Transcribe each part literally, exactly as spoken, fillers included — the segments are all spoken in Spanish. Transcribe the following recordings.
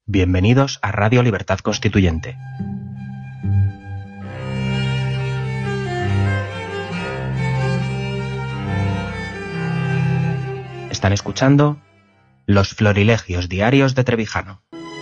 Bienvenidos a Radio Libertad Constituyente. Están escuchando Los Florilegios Diarios de Trevijano.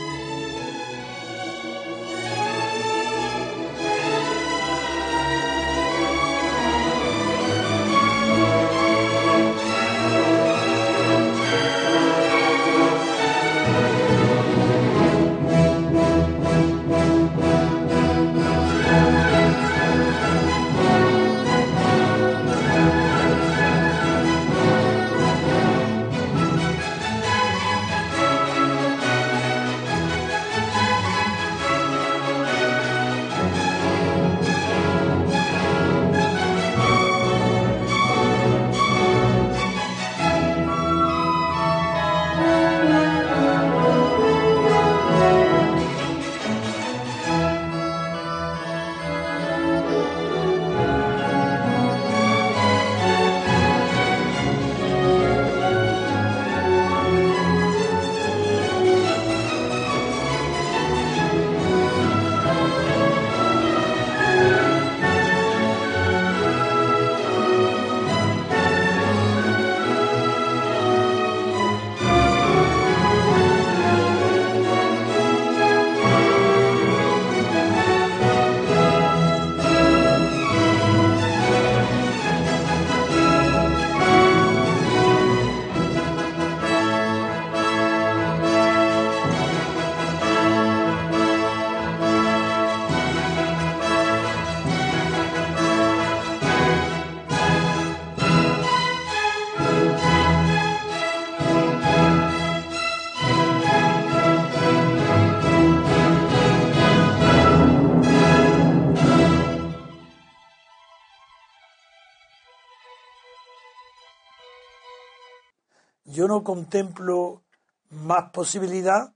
Yo no contemplo más posibilidad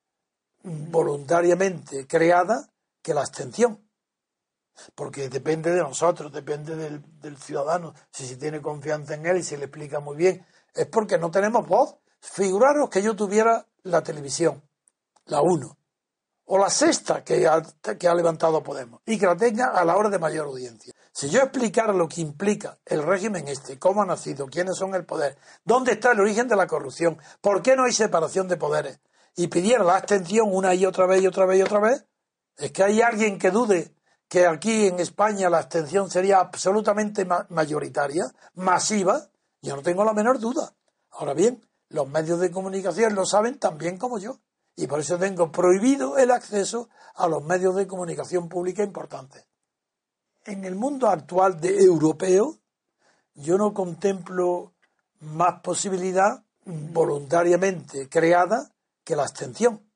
voluntariamente creada que la abstención, porque depende de nosotros, depende del, del ciudadano, si se tiene confianza en él y se le explica muy bien, es porque no tenemos voz. Figuraros que yo tuviera la televisión, la uno, o la sexta que ha, que ha levantado Podemos, y que la tenga a la hora de mayor audiencia. Si yo explicara lo que implica el régimen este, cómo ha nacido, quiénes son el poder, dónde está el origen de la corrupción, por qué no hay separación de poderes, y pidiera la abstención una y otra vez y otra vez y otra vez, es que hay alguien que dude que aquí en España la abstención sería absolutamente ma- mayoritaria, masiva. Yo no tengo la menor duda. Ahora bien, los medios de comunicación lo saben tan bien como yo, y por eso tengo prohibido el acceso a los medios de comunicación pública importantes. En el mundo actual de europeo, yo no contemplo más posibilidad voluntariamente creada que la abstención,